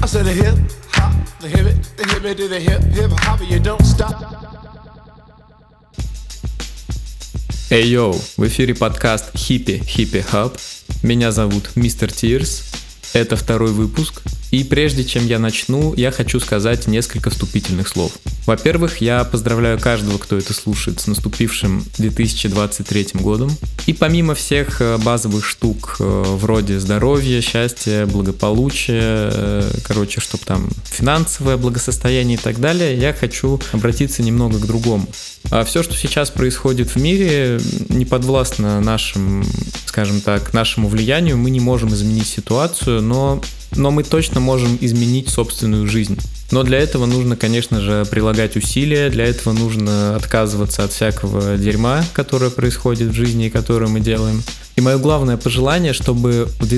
I said the hip hop, the hip it to the hip hop, you don't stop. Эй, йоу, в эфире подкаст Hippie Hop. Меня зовут Мистер Тирс. Это второй выпуск. И прежде чем я начну, я хочу сказать несколько вступительных слов. Во-первых, я поздравляю каждого, кто это слушает, с наступившим 2023 годом. И помимо всех базовых штук вроде здоровья, счастья, благополучия, чтобы там финансовое благосостояние и так далее, я хочу обратиться немного к другому. Все, что сейчас происходит в мире, не подвластно нашему влиянию. Мы не можем изменить ситуацию, но мы точно можем изменить собственную жизнь. Но для этого нужно, конечно же, прилагать усилия, для этого нужно отказываться от всякого дерьма, которое происходит в жизни и которое мы делаем. И мое главное пожелание, чтобы в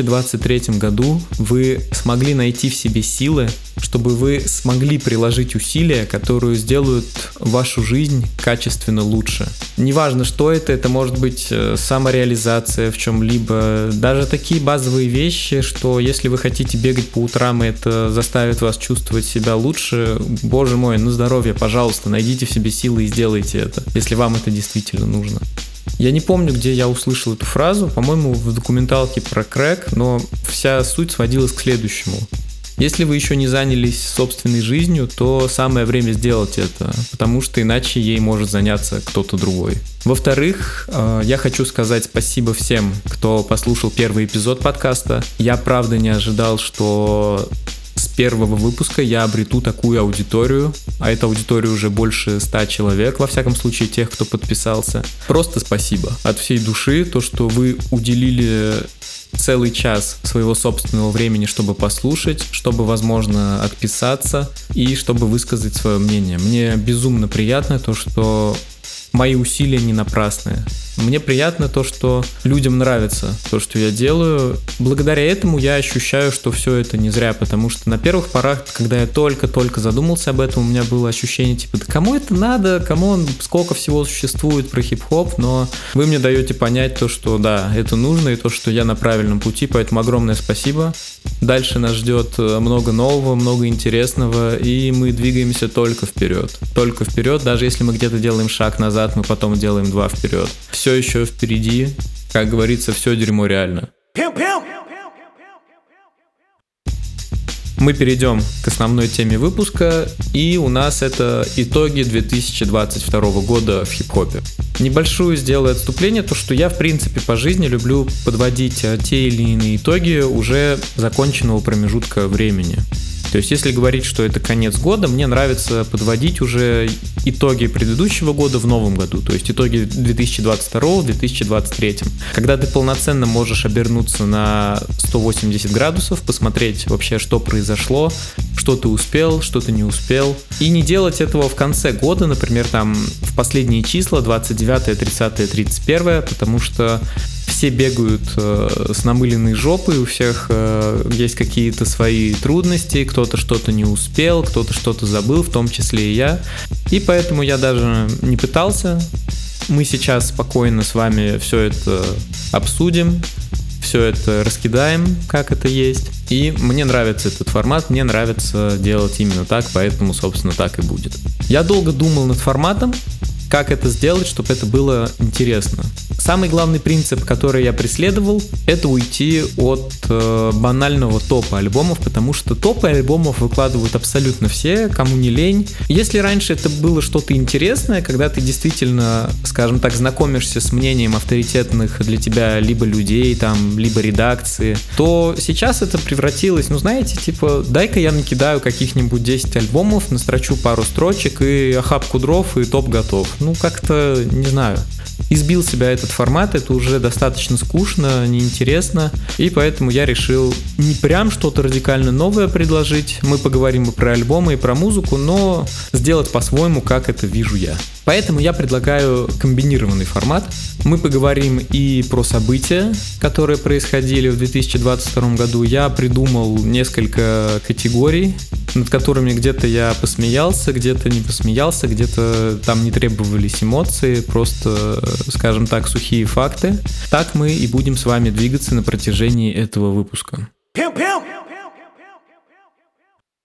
2023 году вы смогли найти в себе силы, чтобы вы смогли приложить усилия, которые сделают вашу жизнь качественно лучше. Неважно, что это может быть самореализация в чем-либо, даже такие базовые вещи, что если вы хотите бегать по утрам, и это заставит вас чувствовать себя лучше, боже мой, на здоровье, пожалуйста, найдите в себе силы и сделайте это, если вам это действительно нужно. Я не помню, где я услышал эту фразу, по-моему, в документалке про крэк, но вся суть сводилась к следующему. Если вы еще не занялись собственной жизнью, то самое время сделать это, потому что иначе ей может заняться кто-то другой. Во-вторых, я хочу сказать спасибо всем, кто послушал первый эпизод подкаста. Я правда не ожидал, что с первого выпуска я обрету такую аудиторию, а эта аудитория уже больше 100 человек, во всяком случае тех, кто подписался. Просто спасибо от всей души, то, что вы уделили целый час своего собственного времени, чтобы послушать, чтобы, возможно, отписаться и чтобы высказать свое мнение. Мне безумно приятно то, что мои усилия не напрасные. Мне приятно то, что людям нравится то, что я делаю. Благодаря этому я ощущаю, что все это не зря, потому что на первых порах, когда я только-только задумался об этом, у меня было ощущение типа, да кому это надо, сколько всего существует про хип-хоп, но вы мне даете понять то, что да, это нужно, и то, что я на правильном пути, поэтому огромное спасибо. Дальше нас ждет много нового, много интересного, и мы двигаемся только вперед, даже если мы где-то делаем шаг назад, мы потом делаем 2 вперед. Все еще впереди, как говорится, все дерьмо реально. Мы перейдем к основной теме выпуска, и у нас это итоги 2022 года в хип-хопе. Небольшое сделаю отступление, то что я в принципе по жизни люблю подводить те или иные итоги уже законченного промежутка времени. То есть, если говорить, что это конец года, мне нравится подводить уже итоги предыдущего года в новом году, то есть итоги 2022-2023. Когда ты полноценно можешь обернуться на 180 градусов, посмотреть вообще, что произошло, что ты успел, что ты не успел. И не делать этого в конце года, например, там в последние числа, 29, 30, 31, потому что все бегают с намыленной жопой, у всех есть какие-то свои трудности, кто-то что-то не успел, кто-то что-то забыл, в том числе и я. И поэтому я даже не пытался. Мы сейчас спокойно с вами все это обсудим, все это раскидаем, как это есть. И мне нравится этот формат, мне нравится делать именно так, поэтому, собственно, так и будет. Я долго думал над форматом, как это сделать, чтобы это было интересно. Самый главный принцип, который я преследовал, это уйти от банального топа альбомов, потому что топы альбомов выкладывают абсолютно все, кому не лень. Если раньше это было что-то интересное, когда ты действительно, скажем так, знакомишься с мнением авторитетных для тебя либо людей, там, либо редакции, то сейчас это превратилось, дай-ка я накидаю каких-нибудь 10 альбомов, настрочу пару строчек и охапку дров, и топ готов. Как-то, не знаю, избил себя этот формат, это уже достаточно скучно, неинтересно, и поэтому я решил не прям что-то радикально новое предложить, мы поговорим и про альбомы, и про музыку, но сделать по-своему, как это вижу я. Поэтому я предлагаю комбинированный формат. Мы поговорим и про события, которые происходили в 2022 году. Я придумал несколько категорий, над которыми где-то я посмеялся, где-то не посмеялся, где-то там не требовались эмоции, просто, скажем так, сухие факты. Так мы и будем с вами двигаться на протяжении этого выпуска.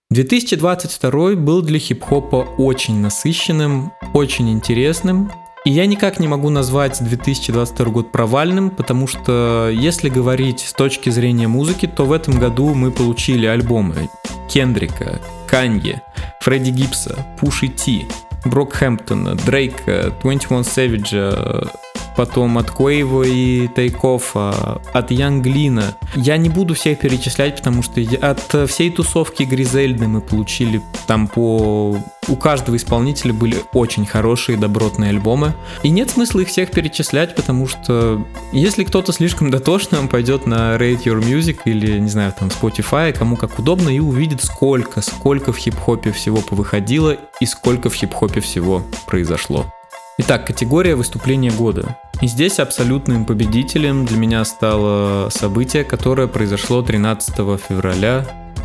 2022 был для хип-хопа очень насыщенным, очень интересным. И я никак не могу назвать 2022 год провальным, потому что если говорить с точки зрения музыки, то в этом году мы получили альбомы Кендрика, Канье, Фредди Гибса, Пуши Ти, Брокхэмптона, Дрейка, 21 Savage, потом от Quavo и Тейкоффа, от Янг Лина. Я не буду всех перечислять, потому что от всей тусовки Гризельды мы получили там у каждого исполнителя были очень хорошие, добротные альбомы. И нет смысла их всех перечислять, потому что если кто-то слишком дотошный, он пойдет на Rate Your Music или, не знаю, там Spotify, кому как удобно, и увидит, сколько в хип-хопе всего повыходило и сколько в хип-хопе всего произошло. Итак, категория выступления года. И здесь абсолютным победителем для меня стало событие, которое произошло 13 февраля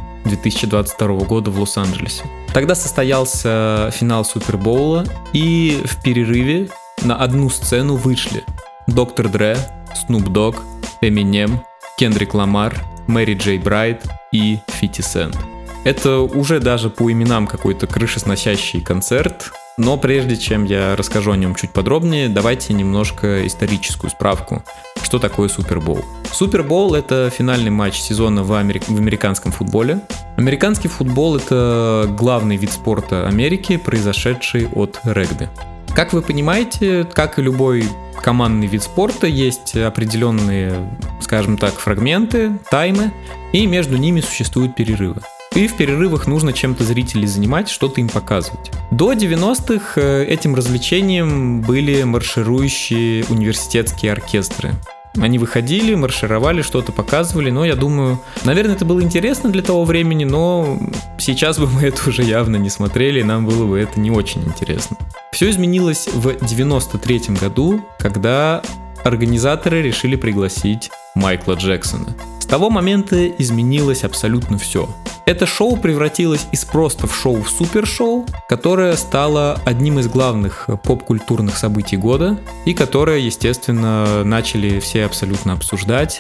2022 года в Лос-Анджелесе. Тогда состоялся финал Супербоула, и в перерыве на одну сцену вышли Доктор Дре, Снуп Дог, Эминем, Кендрик Ламар, Мэри Джей Брайт и 50 Cent. Это уже даже по именам какой-то крышесносящий концерт. Но прежде чем я расскажу о нем чуть подробнее, давайте немножко историческую справку. Что такое Супербоул? Супербоул — это финальный матч сезона в американском футболе. Американский футбол — это главный вид спорта Америки, произошедший от регби. Как вы понимаете, как и любой командный вид спорта, есть определенные, скажем так, фрагменты, таймы, и между ними существуют перерывы. И в перерывах нужно чем-то зрителей занимать, что-то им показывать. До 90-х этим развлечением были марширующие университетские оркестры. Они выходили, маршировали, что-то показывали, но я думаю, наверное, это было интересно для того времени, но сейчас бы мы это уже явно не смотрели, и нам было бы это не очень интересно. Все изменилось в 93-м году, когда организаторы решили пригласить Майкла Джексона. С того момента изменилось абсолютно все. Это шоу превратилось из просто в шоу в супершоу, которое стало одним из главных поп-культурных событий года и которое, естественно, начали все абсолютно обсуждать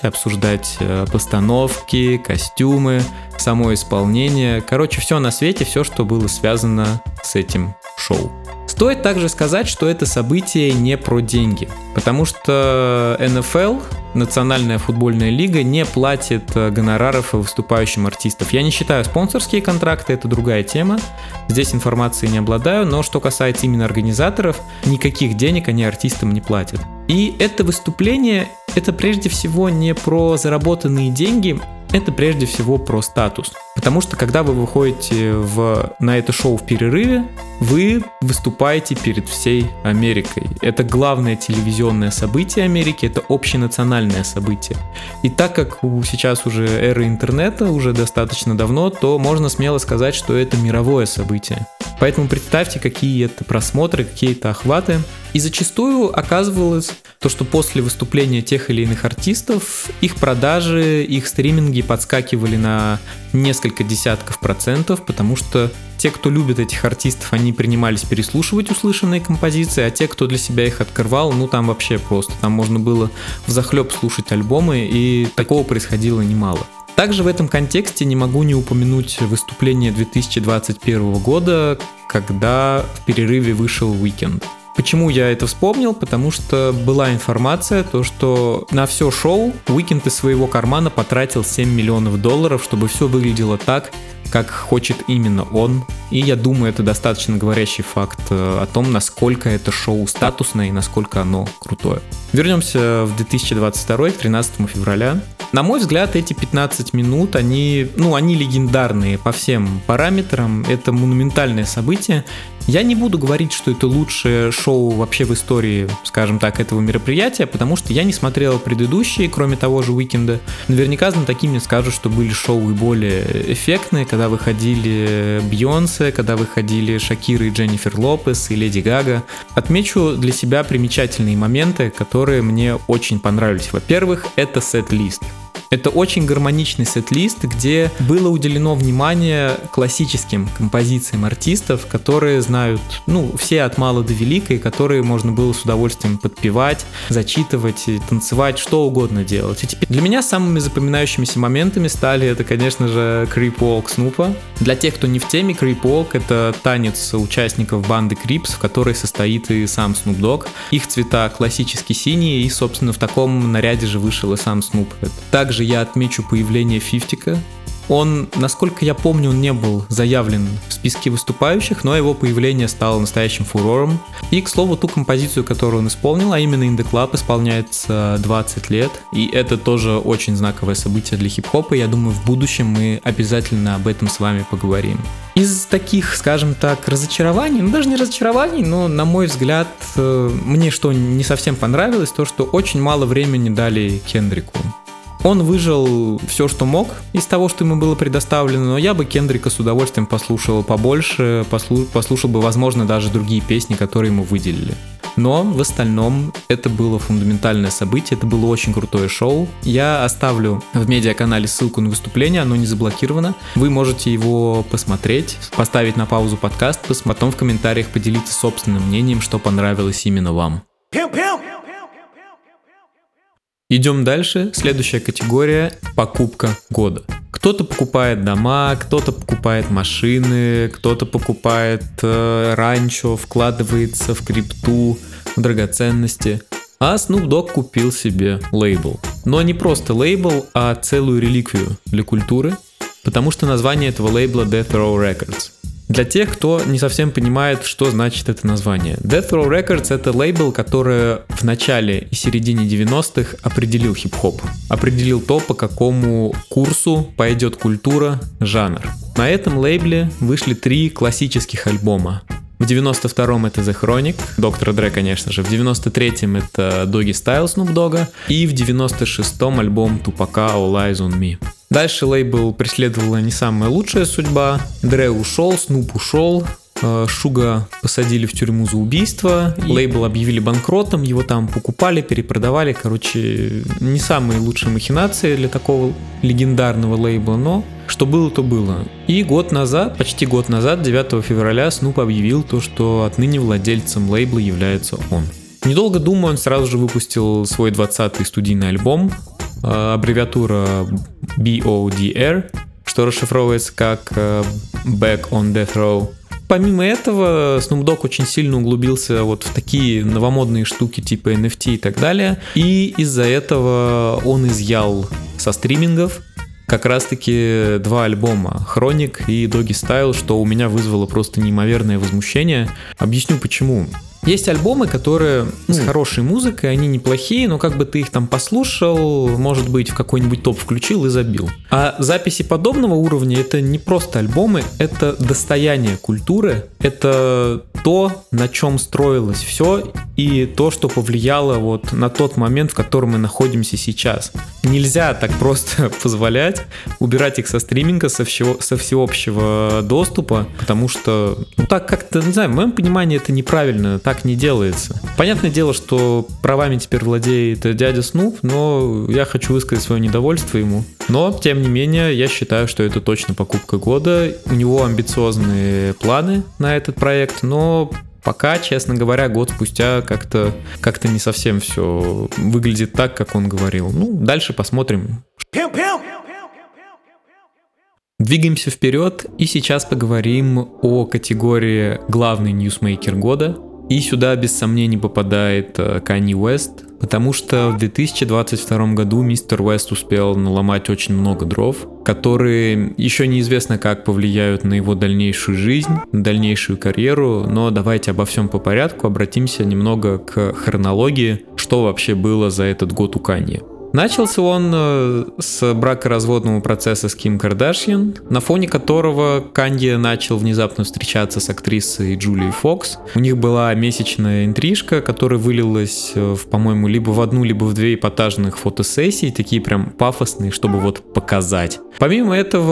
постановки, костюмы, само исполнение, короче, все на свете, все, что было связано с этим шоу. Стоит также сказать, что это событие не про деньги, потому что НФЛ, Национальная футбольная лига, не платит гонораров выступающим артистам. Я не считаю спонсорские контракты, это другая тема, здесь информацией не обладаю, но что касается именно организаторов, никаких денег они артистам не платят. И это выступление, это прежде всего не про заработанные деньги, это прежде всего про статус. Потому что когда вы выходите на это шоу в перерыве, вы выступаете перед всей Америкой. Это главное телевизионное событие Америки, это общенациональное событие. И так как сейчас уже эра интернета, уже достаточно давно, то можно смело сказать, что это мировое событие. Поэтому представьте, какие это просмотры, какие это охваты. И зачастую оказывалось то, что после выступления тех или иных артистов их продажи, их стриминги подскакивали на несколько десятков процентов, потому что те, кто любит этих артистов, они принимались переслушивать услышанные композиции, а те, кто для себя их открывал, там вообще просто, там можно было взахлеб слушать альбомы, и такого происходило немало. Также в этом контексте не могу не упомянуть выступление 2021 года, когда в перерыве вышел Weeknd. Почему я это вспомнил? Потому что была информация, что на все шоу Weeknd из своего кармана потратил $7 миллионов, чтобы все выглядело так, как хочет именно он. И я думаю, это достаточно говорящий факт о том, насколько это шоу статусное и насколько оно крутое. Вернемся в 2022, к 13 февраля. На мой взгляд, эти 15 минут, они легендарные по всем параметрам. Это монументальное событие. Я не буду говорить, что это лучшее шоу вообще в истории, скажем так, этого мероприятия, потому что я не смотрел предыдущие, кроме того же Уикенда. Наверняка знатоки мне скажут, что были шоу и более эффектные, когда выходили Бейонсе, когда выходили Шакира и Дженнифер Лопес и Леди Гага. Отмечу для себя примечательные моменты, которые мне очень понравились. Во-первых, это сет-лист. Это очень гармоничный сет-лист, где было уделено внимание классическим композициям артистов, которые знают, все от мала до велика, и которые можно было с удовольствием подпевать, зачитывать, танцевать, что угодно делать. И теперь для меня самыми запоминающимися моментами стали это, конечно же, Creep Walk Снупа. Для тех, кто не в теме, Creep Walk — это танец участников банды Crips, в которой состоит и сам Snoop Dogg. Их цвета классически синие, и, собственно, в таком наряде же вышел и сам Snoop. Также я отмечу появление 50-ка. Он, насколько я помню, он не был заявлен в списке выступающих, но его появление стало настоящим фурором. И, к слову, ту композицию, которую он исполнил, а именно In The Club, исполняется 20 лет. И это тоже очень знаковое событие для хип-хопа. Я думаю, в будущем мы обязательно об этом с вами поговорим. Из таких, скажем так, разочарований, даже не разочарований, но, на мой взгляд, мне что не совсем понравилось, то, что очень мало времени дали Кендрику. Он выжил все, что мог из того, что ему было предоставлено, но я бы Кендрика с удовольствием послушал побольше, послушал бы, возможно, даже другие песни, которые ему выделили. Но в остальном это было фундаментальное событие, это было очень крутое шоу. Я оставлю в медиаканале ссылку на выступление, оно не заблокировано. Вы можете его посмотреть, поставить на паузу подкаст, потом в комментариях поделиться собственным мнением, что понравилось именно вам. Идем дальше. Следующая категория – покупка года. Кто-то покупает дома, кто-то покупает машины, кто-то покупает ранчо, вкладывается в крипту, в драгоценности. А Snoop Dogg купил себе лейбл. Но не просто лейбл, а целую реликвию для культуры, потому что название этого лейбла Death Row Records. Для тех, кто не совсем понимает, что значит это название. Death Row Records — это лейбл, который в начале и середине 90-х определил хип-хоп. Определил то, по какому курсу пойдет культура, жанр. На этом лейбле вышли 3 классических альбома. В 92-м это The Chronic, Доктора Дре, конечно же. В 93-м это Doggy Style Snoop Dogg. И в 96-м альбом Тупака All Eyes on Me. Дальше лейбл преследовала не самая лучшая судьба. Дре ушел, Снуп ушел, Шуга посадили в тюрьму за убийство. Лейбл объявили банкротом, его там покупали, перепродавали. Короче, не самые лучшие махинации для такого легендарного лейбла, но что было, то было. И почти год назад, 9 февраля, Снуп объявил то, что отныне владельцем лейбла является он. Недолго думая, он сразу же выпустил свой 20-й студийный альбом, аббревиатура BODR, что расшифровывается как Back on Death Row. Помимо этого, Snoop Dogg очень сильно углубился вот в такие новомодные штуки типа NFT и так далее. И из-за этого он изъял со стримингов как раз-таки 2 альбома, Chronic и Doggy Style, что у меня вызвало просто неимоверное возмущение. Объясню почему. Есть альбомы, которые с хорошей музыкой, они неплохие, но как бы ты их там послушал, может быть, в какой-нибудь топ включил и забил. А записи подобного уровня — это не просто альбомы, это достояние культуры, это то, на чем строилось все, и то, что повлияло вот на тот момент, в котором мы находимся сейчас. Нельзя так просто позволять убирать их со стриминга, со всеобщего доступа, потому что, так как-то, не знаю, в моем понимании это неправильно, так не делается. Понятное дело, что правами теперь владеет дядя Снуп, но я хочу высказать свое недовольство ему. Но, тем не менее, я считаю, что это точно покупка года. У него амбициозные планы на этот проект, но пока, честно говоря, год спустя как-то не совсем все выглядит так, как он говорил. Дальше посмотрим. Двигаемся вперед, и сейчас поговорим о категории «Главный ньюсмейкер года». И сюда без сомнений попадает Канье Уэст, потому что в 2022 году мистер Уэст успел наломать очень много дров, которые еще неизвестно как повлияют на его дальнейшую жизнь, на дальнейшую карьеру, но давайте обо всем по порядку, обратимся немного к хронологии, что вообще было за этот год у Канье. Начался он с бракоразводного процесса с Ким Кардашьян, на фоне которого Канье начал внезапно встречаться с актрисой Джулией Фокс. У них была месячная интрижка, которая вылилась, по-моему, либо в одну, либо в 2 эпатажных фотосессии, такие прям пафосные, чтобы вот показать. Помимо этого,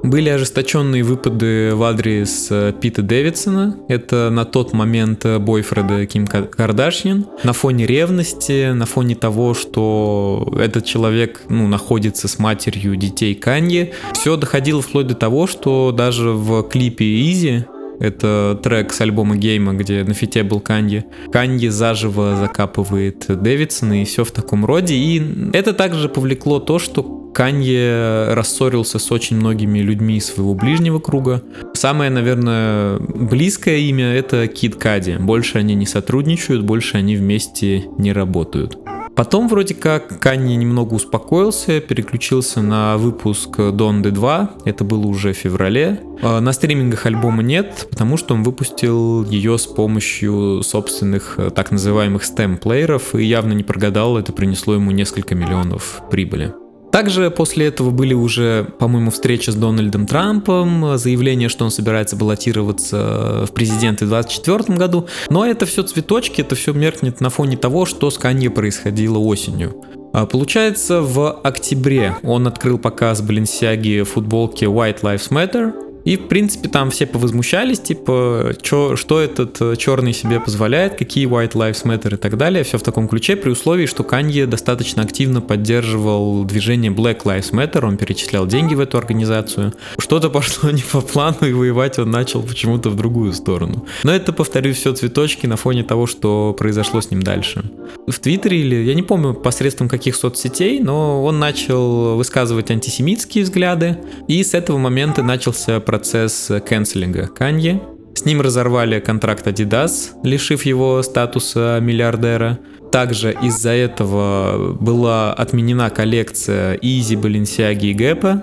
Были ожесточенные выпады в адрес Пита Дэвидсона, это на тот момент бойфреда Ким Кардашьян, на фоне ревности, на фоне того, что этот человек находится с матерью детей Канье. Все доходило вплоть до того, что даже в клипе «Easy», это трек с альбома Гейма, где на фите был Канье заживо закапывает Дэвидсона, и все в таком роде. И это также повлекло то, что Канье рассорился с очень многими людьми из своего ближнего круга. Самое, наверное, близкое имя — это Кид Кади. Больше они не сотрудничают, больше они вместе не работают. Потом вроде как Канье немного успокоился, переключился на выпуск Donda 2, это было уже в феврале. На стримингах альбома нет, потому что он выпустил ее с помощью собственных так называемых STEM-плееров и явно не прогадал, это принесло ему несколько миллионов прибыли. Также после этого были уже, по-моему, встречи с Дональдом Трампом, заявление, что он собирается баллотироваться в президенты в 2024 году. Но это все цветочки, это все меркнет на фоне того, что с Канье происходило осенью. Получается, в октябре он открыл показ Balenciaga футболки White Lives Matter. И, в принципе, там все повозмущались, типа, что этот черный себе позволяет, какие White Lives Matter и так далее. Все в таком ключе, при условии, что Канье достаточно активно поддерживал движение Black Lives Matter, он перечислял деньги в эту организацию. Что-то пошло не по плану, и воевать он начал почему-то в другую сторону. Но это, повторюсь, все цветочки на фоне того, что произошло с ним дальше. В Твиттере, или я не помню посредством каких соцсетей, но он начал высказывать антисемитские взгляды, и с этого момента начался процесс канцелинга Канье. С ним разорвали контракт Adidas, лишив его статуса миллиардера. Также из-за этого была отменена коллекция Easy, Balenciaga и Gap.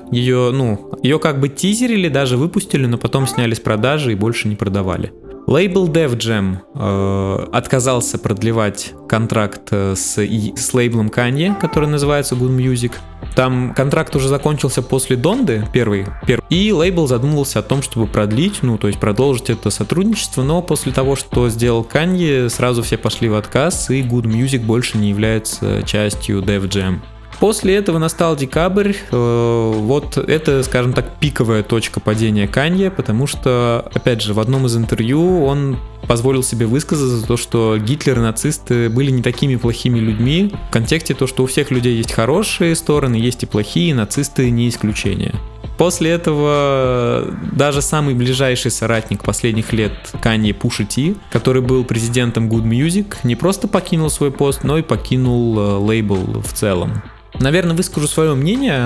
Ее как бы тизерили, даже выпустили, но потом сняли с продажи и больше не продавали. Лейбл Def Jam отказался продлевать контракт с лейблом Kanye, который называется Good Music. Там контракт уже закончился после Донды, первый, и лейбл задумывался о том, чтобы продлить, то есть продолжить это сотрудничество, но после того, что сделал Kanye, сразу все пошли в отказ, и Good Music больше не является частью Def Jam. После этого настал декабрь, вот это, скажем так, пиковая точка падения Канье, потому что, опять же, в одном из интервью он позволил себе высказаться за то, что Гитлер и нацисты были не такими плохими людьми, в контексте то, что у всех людей есть хорошие стороны, есть и плохие, нацисты не исключение. После этого даже самый ближайший соратник последних лет Канье Пуша Ти, который был президентом Good Music, не просто покинул свой пост, но и покинул лейбл в целом. Наверное, выскажу свое мнение,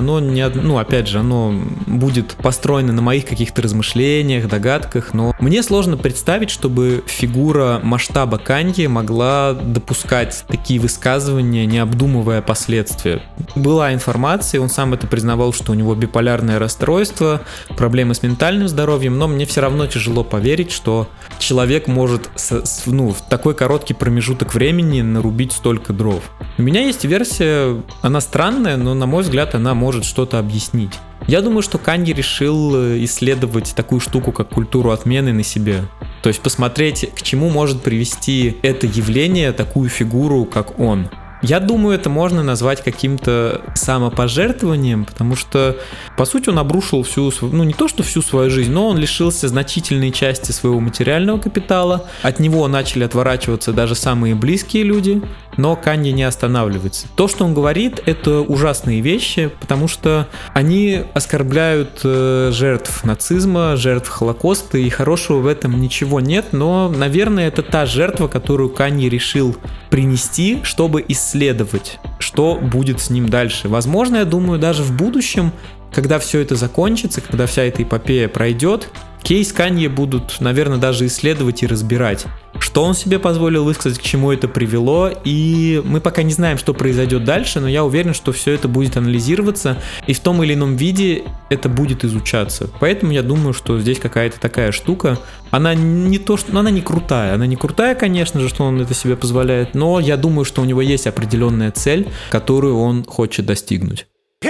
оно будет построено на моих каких-то размышлениях, догадках, но мне сложно представить, чтобы фигура масштаба Канье могла допускать такие высказывания, не обдумывая последствия. Была информация, он сам это признавал, что у него биполярное расстройство, проблемы с ментальным здоровьем, но мне все равно тяжело поверить, что человек может в такой короткий промежуток времени нарубить столько дров. У меня есть версия, она странная, но, на мой взгляд, она может что-то объяснить. Я думаю, что Канье решил исследовать такую штуку, как культуру отмены на себе. То есть посмотреть, к чему может привести это явление, такую фигуру, как он. Я думаю, это можно назвать каким-то самопожертвованием, потому что, по сути, он обрушил не то что всю свою жизнь, но он лишился значительной части своего материального капитала, от него начали отворачиваться даже самые близкие люди, но Канье не останавливается. То, что он говорит, это ужасные вещи, потому что они оскорбляют жертв нацизма, жертв Холокоста, и хорошего в этом ничего нет, но, наверное, это та жертва, которую Канье решил принести, чтобы исследовать, что будет с ним дальше. Возможно, я думаю, даже в будущем, когда все это закончится, когда вся эта эпопея пройдет, кейс Канье будут, наверное, даже исследовать и разбирать, что он себе позволил высказать, к чему это привело, и мы пока не знаем, что произойдет дальше, но я уверен, что все это будет анализироваться, и в том или ином виде это будет изучаться. Поэтому я думаю, что здесь какая-то такая штука, она не крутая, конечно же, что он это себе позволяет, но я думаю, что у него есть определенная цель, которую он хочет достигнуть.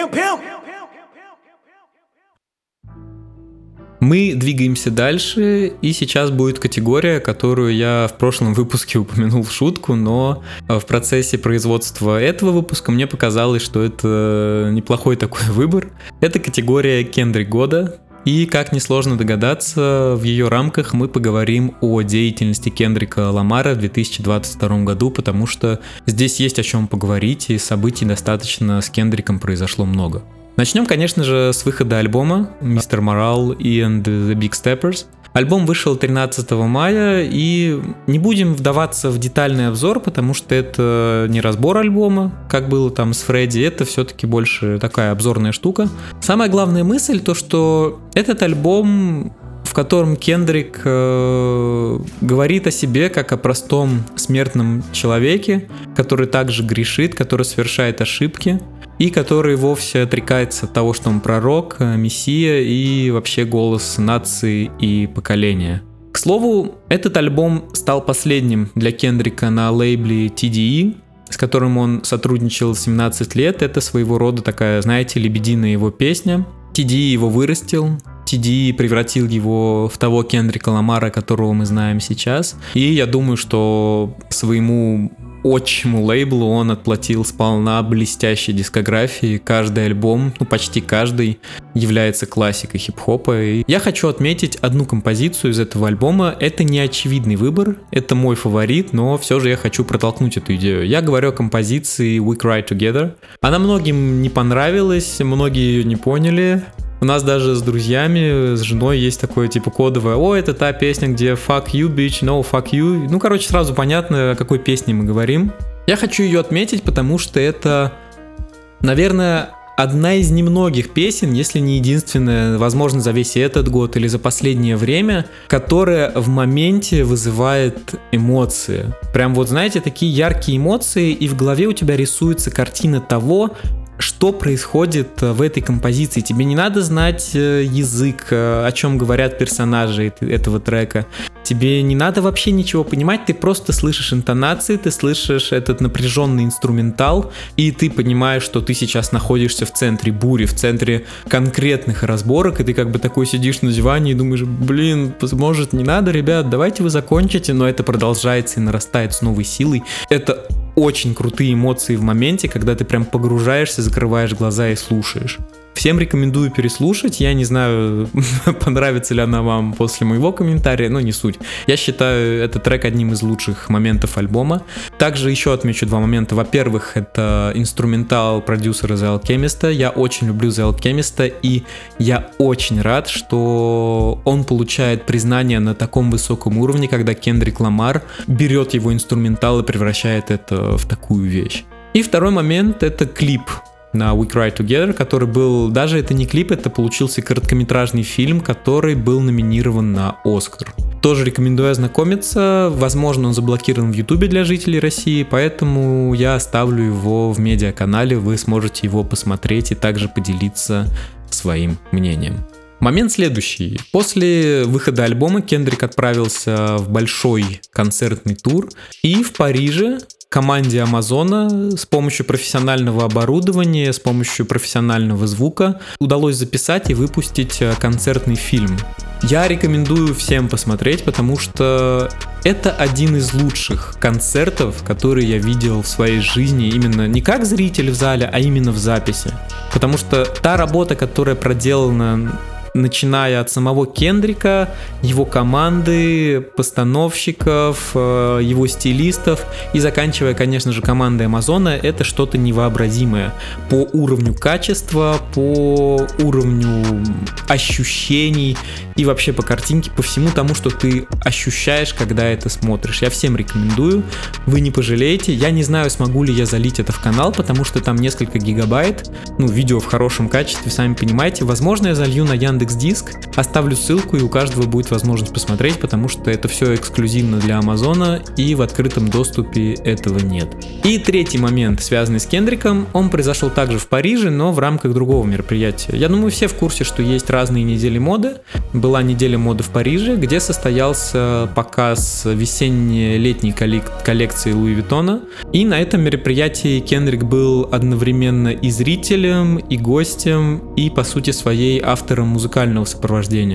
Мы двигаемся дальше, и сейчас будет категория, которую я в прошлом выпуске упомянул в шутку, но в процессе производства этого выпуска мне показалось, что это неплохой такой выбор. Это категория Кендрик года. И, как несложно догадаться, в ее рамках мы поговорим о деятельности Кендрика Ламара в 2022 году, потому что здесь есть о чем поговорить, и событий достаточно с Кендриком произошло много. Начнем, конечно же, с выхода альбома Mr. Morale and the Big Steppers. Альбом вышел 13 мая, и не будем вдаваться в детальный обзор, потому что это не разбор альбома, как было там с Фредди, это все-таки больше такая обзорная штука. Самая главная мысль то, что этот альбом, в котором Кендрик говорит о себе как о простом смертном человеке, который также грешит, который совершает ошибки, и который вовсе отрекается от того, что он пророк, мессия и вообще голос нации и поколения. К слову, этот альбом стал последним для Кендрика на лейбле TDE, с которым он сотрудничал 17 лет. Это своего рода такая, знаете, лебединая его песня. TDE его вырастил, TDE превратил его в того Кендрика Ламара, которого мы знаем сейчас. И я думаю, что своему отчиму лейблу он отплатил сполна блестящей дискографии. Каждый альбом, почти каждый, является классикой хип-хопа. И я хочу отметить одну композицию из этого альбома. Это не очевидный выбор, это мой фаворит, но все же я хочу протолкнуть эту идею. Я говорю о композиции We Cry Together. Она многим не понравилась, многие ее не поняли. У нас даже с друзьями, с женой есть такое типа кодовое: о, это та песня, где fuck you, bitch, no fuck you. Сразу понятно, о какой песне мы говорим. Я хочу ее отметить, потому что это, наверное, одна из немногих песен, если не единственная, возможно, за весь этот год или за последнее время, которая в моменте вызывает эмоции. Прям знаете, такие яркие эмоции, и в голове у тебя рисуется картина того, что происходит в этой композиции. Тебе не надо знать язык, о чем говорят персонажи этого трека. Тебе не надо вообще ничего понимать, ты просто слышишь интонации, ты слышишь этот напряженный инструментал, и ты понимаешь, что ты сейчас находишься в центре бури, в центре конкретных разборок, и ты как бы такой сидишь на диване и думаешь: может, не надо, ребят, давайте вы закончите, но это продолжается и нарастает с новой силой. Это очень крутые эмоции в моменте, когда ты прям погружаешься, закрываешь глаза и слушаешь. Всем рекомендую переслушать. Я не знаю, понравится ли она вам после моего комментария, но не суть. Я считаю этот трек одним из лучших моментов альбома. Также еще отмечу два момента. Во-первых, это инструментал продюсера The Alchemist. Я очень люблю The Alchemist, и я очень рад, что он получает признание на таком высоком уровне, когда Кендрик Ламар берет его инструментал и превращает это в такую вещь. И второй момент — это клип на We Cry Together, который был, даже это не клип, это получился короткометражный фильм, который был номинирован на Оскар. Тоже рекомендую ознакомиться. Возможно, он заблокирован в Ютубе для жителей России, поэтому я оставлю его в медиаканале, вы сможете его посмотреть и также поделиться своим мнением. Момент следующий. После выхода альбома Кендрик отправился в большой концертный тур, и в Париже команде Амазона с помощью профессионального оборудования, с помощью профессионального звука удалось записать и выпустить концертный фильм. Я рекомендую всем посмотреть, потому что это один из лучших концертов, которые я видел в своей жизни, именно не как зритель в зале, а именно в записи. Потому что та работа, которая проделана, начиная от самого Кендрика, его команды, постановщиков, его стилистов и заканчивая, конечно же, командой Амазона, это что-то невообразимое по уровню качества, по уровню ощущений и вообще по картинке, по всему тому, что ты ощущаешь, когда это смотришь. Я всем рекомендую, вы не пожалеете. Я не знаю, смогу ли я залить это в канал, потому что там несколько гигабайт, видео в хорошем качестве, сами понимаете. Возможно, я залью на Яндекс.Диск, оставлю ссылку, и у каждого будет возможность посмотреть, потому что это все эксклюзивно для Амазона, и в открытом доступе этого нет. И третий момент, связанный с Кендриком, он произошел также в Париже, но в рамках другого мероприятия. Я думаю, все в курсе, что есть разные недели моды. Была неделя моды в Париже, где состоялся показ весенне-летней коллекции Луи Виттона. И на этом мероприятии Кендрик был одновременно и зрителем, и гостем, и, по сути своей, автором музыкального сопровождения.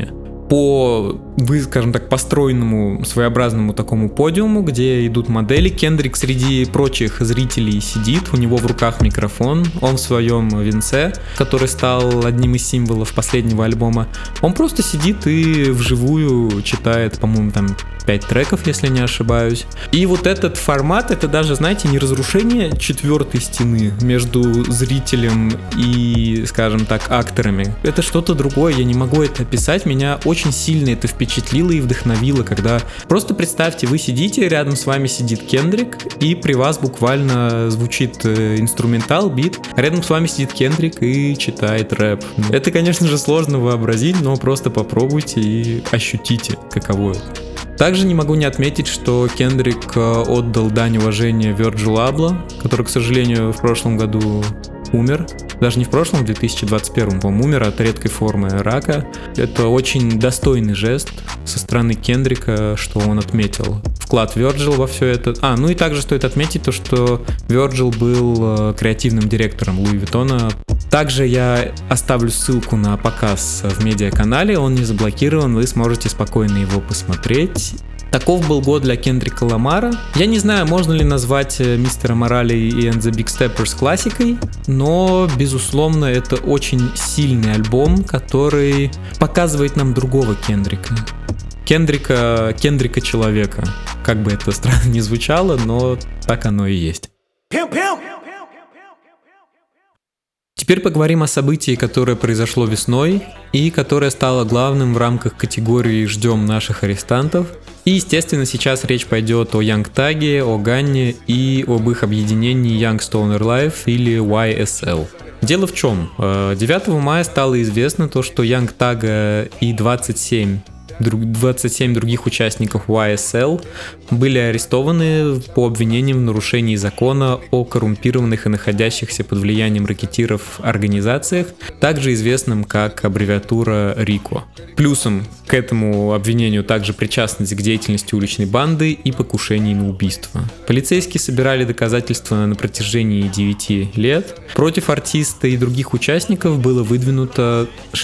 скажем так, построенному своеобразному такому подиуму, где идут модели. Кендрик среди прочих зрителей сидит, у него в руках микрофон, он в своем венце, который стал одним из символов последнего альбома. Он просто сидит и вживую читает, по-моему, там 5 треков, если не ошибаюсь. И вот этот формат, это даже, знаете, не разрушение четвертой стены между зрителем и, скажем так, акторами. Это что-то другое, я не могу это описать. Меня очень сильно это впечатлило и вдохновило, когда просто представьте, вы сидите, рядом с вами сидит Кендрик, и при вас буквально звучит инструментал, бит, а рядом с вами сидит Кендрик и читает рэп. Это, конечно же, сложно вообразить, но просто попробуйте и ощутите, каково это. Также не могу не отметить, что Кендрик отдал дань уважения Вирджилу Абло, который, к сожалению, в прошлом году умер. Даже не в прошлом, в 2021, по-моему, умер от редкой формы рака. Это очень достойный жест со стороны Кендрика, что он отметил вклад Вирджила во все это. Ну и также стоит отметить то, что Вирджил был креативным директором Луи Виттона. Также я оставлю ссылку на показ в медиаканале, он не заблокирован, вы сможете спокойно его посмотреть. Таков был год для Кендрика Ламара. Я не знаю, можно ли назвать Мистера Морали и And the Big Steppers классикой, но, безусловно, это очень сильный альбом, который показывает нам другого Кендрика. Кендрика человека. Как бы это странно ни звучало, но так оно и есть. Теперь поговорим о событии, которое произошло весной и которое стало главным в рамках категории «Ждем наших арестантов». И, естественно, сейчас речь пойдет о Young Thug, о Gunna и об их объединении Young Stoner Life или YSL. Дело в чем? 9 мая стало известно то, что Young Thug и 27 других участников YSL были арестованы по обвинениям в нарушении закона о коррумпированных и находящихся под влиянием рэкетиров организациях, также известным как аббревиатура RICO. Плюсом к этому обвинению также причастность к деятельности уличной банды и покушении на убийство. Полицейские собирали доказательства на протяжении 9 лет. Против артиста и других участников было выдвинуто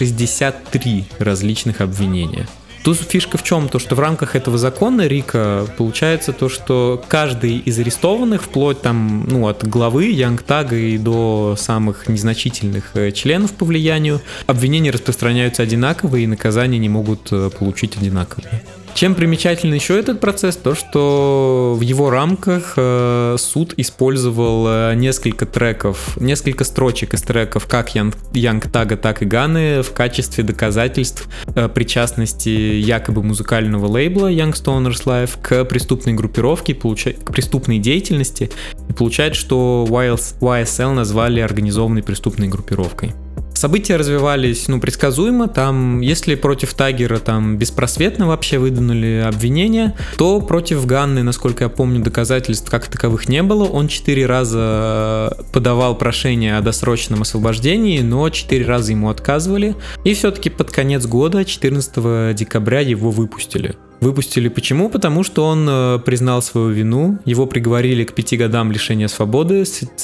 63 различных обвинения. Тут фишка в чем? То, что в рамках этого закона RICO получается то, что каждый из арестованных, вплоть от главы Young Thug и до самых незначительных членов по влиянию, обвинения распространяются одинаково и наказания не могут получить одинаковые. Чем примечателен еще этот процесс? То, что в его рамках суд использовал несколько строчек из треков как Young Thug, так и Gunna в качестве доказательств причастности якобы музыкального лейбла Young Stoner Life к преступной группировке, к преступной деятельности. И получается, что YSL назвали организованной преступной группировкой. События развивались, предсказуемо. Там, если против Таггера беспросветно вообще выдвинули обвинения, то против Ганны, насколько я помню, доказательств как таковых не было. Он 4 раза подавал прошение о досрочном освобождении, но 4 раза ему отказывали. И все-таки под конец года, 14 декабря, его выпустили. Выпустили почему? Потому что он признал свою вину, его приговорили к 5 годам лишения свободы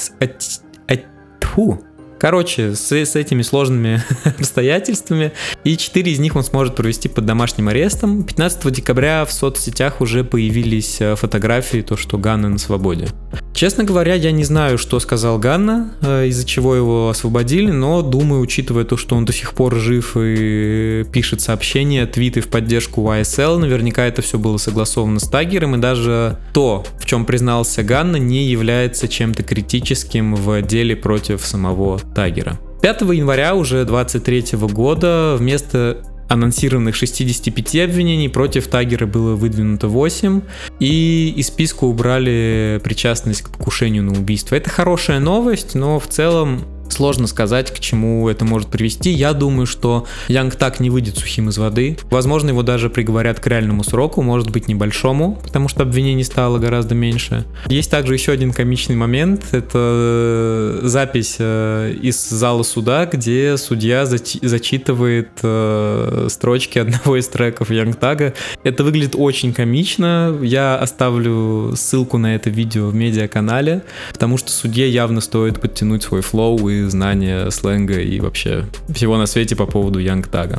Короче, с этими сложными обстоятельствами, и 4 из них он сможет провести под домашним арестом. 15 декабря в соцсетях уже появились фотографии, то, что Ганна на свободе. Честно говоря, я не знаю, что сказал Ганна, из-за чего его освободили, но думаю, учитывая то, что он до сих пор жив и пишет сообщения, твиты в поддержку YSL, наверняка это все было согласовано с Таггером, и даже то, в чем признался Ганна, не является чем-то критическим в деле против самого Таггера. 5 января уже 23 года вместо анонсированных 65 обвинений против Таггера было выдвинуто 8, и из списка убрали причастность к покушению на убийство. Это хорошая новость, но в целом сложно сказать, к чему это может привести. Я думаю, что Young Thug не выйдет сухим из воды. Возможно, его даже приговорят к реальному сроку, может быть, небольшому, потому что обвинений стало гораздо меньше. Есть также еще один комичный момент. Это запись из зала суда, где судья зачитывает строчки одного из треков Young Thug. Это выглядит очень комично. Я оставлю ссылку на это видео в медиаканале, потому что судье явно стоит подтянуть свой флоу и знания сленга и вообще всего на свете по поводу Young Thug.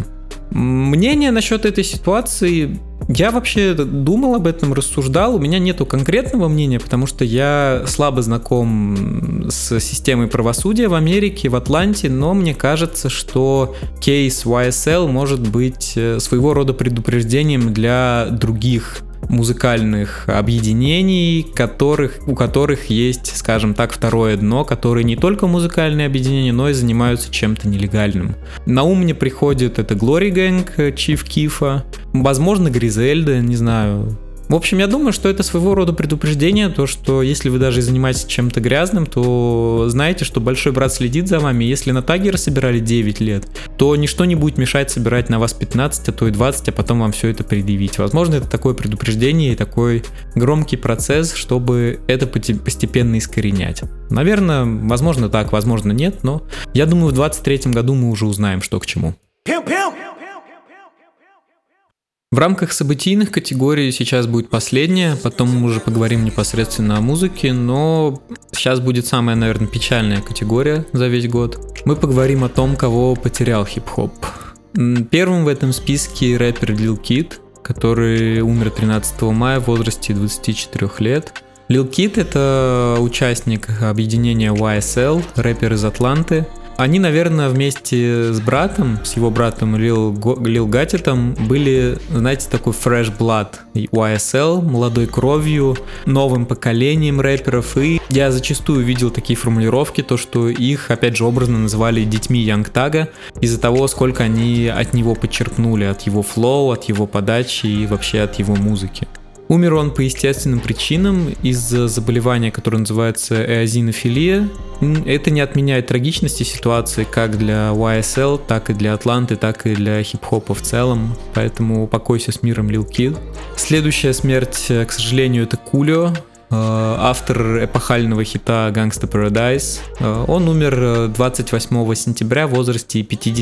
Мнение насчет этой ситуации... Я вообще думал об этом, рассуждал. У меня нету конкретного мнения, потому что я слабо знаком с системой правосудия в Америке, в Атланте, но мне кажется, что кейс YSL может быть своего рода предупреждением для других музыкальных объединений, у которых есть, скажем так, второе дно, которые не только музыкальные объединения, но и занимаются чем-то нелегальным. На ум мне приходит это Glory Gang, Chief Keef, возможно, Гризельда, не знаю. В общем, я думаю, что это своего рода предупреждение, то, что если вы даже занимаетесь чем-то грязным, то знаете, что большой брат следит за вами. Если на Таггера собирали 9 лет, то ничто не будет мешать собирать на вас 15, а то и 20, а потом вам все это предъявить. Возможно, это такое предупреждение и такой громкий процесс, чтобы это постепенно искоренять. Наверное, возможно так, возможно нет, но я думаю, в 2023 году мы уже узнаем, что к чему. В рамках событийных категорий сейчас будет последняя, потом мы уже поговорим непосредственно о музыке, но сейчас будет самая, наверное, печальная категория за весь год. Мы поговорим о том, кого потерял хип-хоп. Первым в этом списке рэпер Lil Keed, который умер 13 мая в возрасте 24 лет. Lil Keed — это участник объединения YSL, рэпер из Атланты. Они, наверное, вместе с братом, с его братом Lil Гатитом были, знаете, такой fresh blood YSL, молодой кровью, новым поколением рэперов. И я зачастую видел такие формулировки, то, что их, опять же, образно называли детьми Янг Тага из-за того, сколько они от него подчеркнули, от его флоу, от его подачи и вообще от его музыки. Умер он по естественным причинам из-за заболевания, которое называется эозинофилия. Это не отменяет трагичности ситуации как для YSL, так и для Атланты, так и для хип-хопа в целом. Поэтому покойся с миром, Lil Keed. Следующая смерть, к сожалению, это Кулио, автор эпохального хита Gangsta Paradise. Он умер 28 сентября в возрасте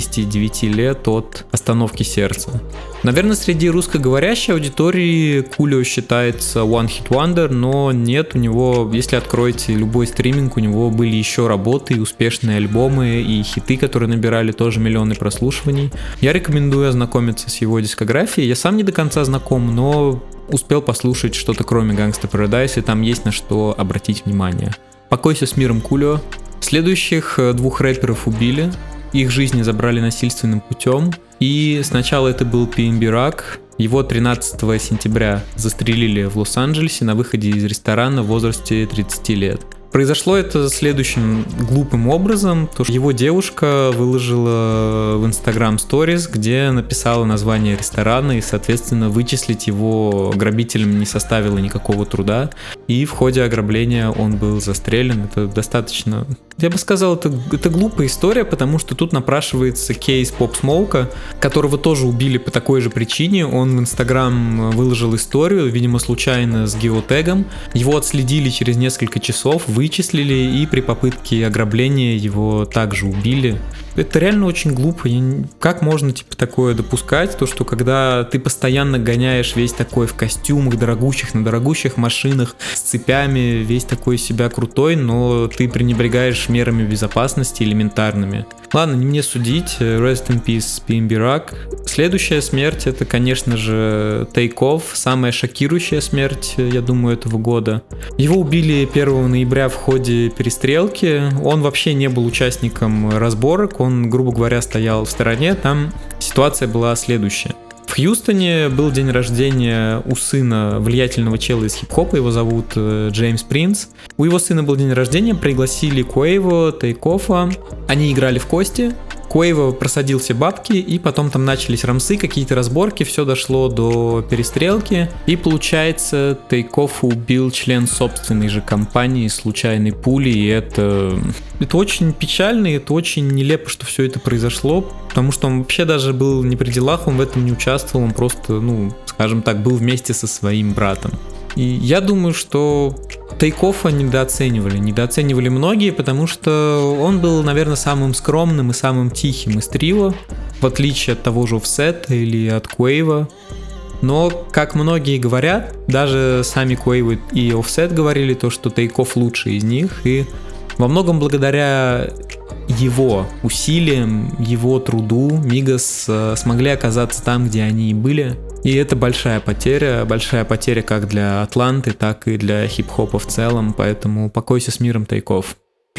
59 лет от остановки сердца. Наверное, среди русскоговорящей аудитории Кулио считается One Hit Wonder, но нет, у него, если откроете любой стриминг, у него были еще работы, и успешные альбомы, и хиты, которые набирали тоже миллионы прослушиваний. Я рекомендую ознакомиться с его дискографией. Я сам не до конца знаком, но успел послушать что-то кроме Gangsta Paradise, и там есть на что обратить внимание. Покойся с миром, Кулио. Следующих двух рэперов убили, их жизни забрали насильственным путем. И сначала это был PNB Rock. Его 13 сентября застрелили в Лос-Анджелесе на выходе из ресторана в возрасте 30 лет. Произошло это следующим глупым образом, то что его девушка выложила в Instagram Stories, где написала название ресторана, и, соответственно, вычислить его грабителям не составило никакого труда, и в ходе ограбления он был застрелен. Это достаточно, я бы сказал, это глупая история, потому что тут напрашивается кейс Поп Смоука, которого тоже убили по такой же причине. Он в Instagram выложил историю, видимо, случайно с геотегом, его отследили через несколько часов, вычислили, и при попытке ограбления его также убили. Это реально очень глупо. Как можно такое допускать? То, что когда ты постоянно гоняешь весь такой в костюмах дорогущих, на дорогущих машинах, с цепями, весь такой себя крутой, но ты пренебрегаешь мерами безопасности элементарными. Ладно, не мне судить. Rest in peace, PNB Rock. Следующая смерть — это, конечно же, Take Off. Самая шокирующая смерть, я думаю, этого года. Его убили 1 ноября в ходе перестрелки. Он вообще не был участником разборок. Он, грубо говоря, стоял в стороне. Там ситуация была следующая. В Хьюстоне был день рождения у сына влиятельного чела из хип-хопа, его зовут Джеймс Принц. У его сына был день рождения, пригласили Quavo, Take Off. Они играли в кости. Quavo просадил все бабки, и потом там начались рамсы, какие-то разборки, все дошло до перестрелки, и получается, Take Off убил член собственной же компании случайной пулей, и это очень печально, и это очень нелепо, что все это произошло, потому что он вообще даже был не при делах, он в этом не участвовал, он просто, скажем так, был вместе со своим братом. И я думаю, что Take Off недооценивали многие, потому что он был, наверное, самым скромным и самым тихим из трио, в отличие от того же Offset или от Quavo. Но, как многие говорят, даже сами Quavo и Offset говорили то, что Take Off лучший из них, и во многом благодаря его усилиям, его труду Мигос смогли оказаться там, где они и были. И это большая потеря как для Атланты, так и для хип-хопа в целом, поэтому покойся с миром, Тайков.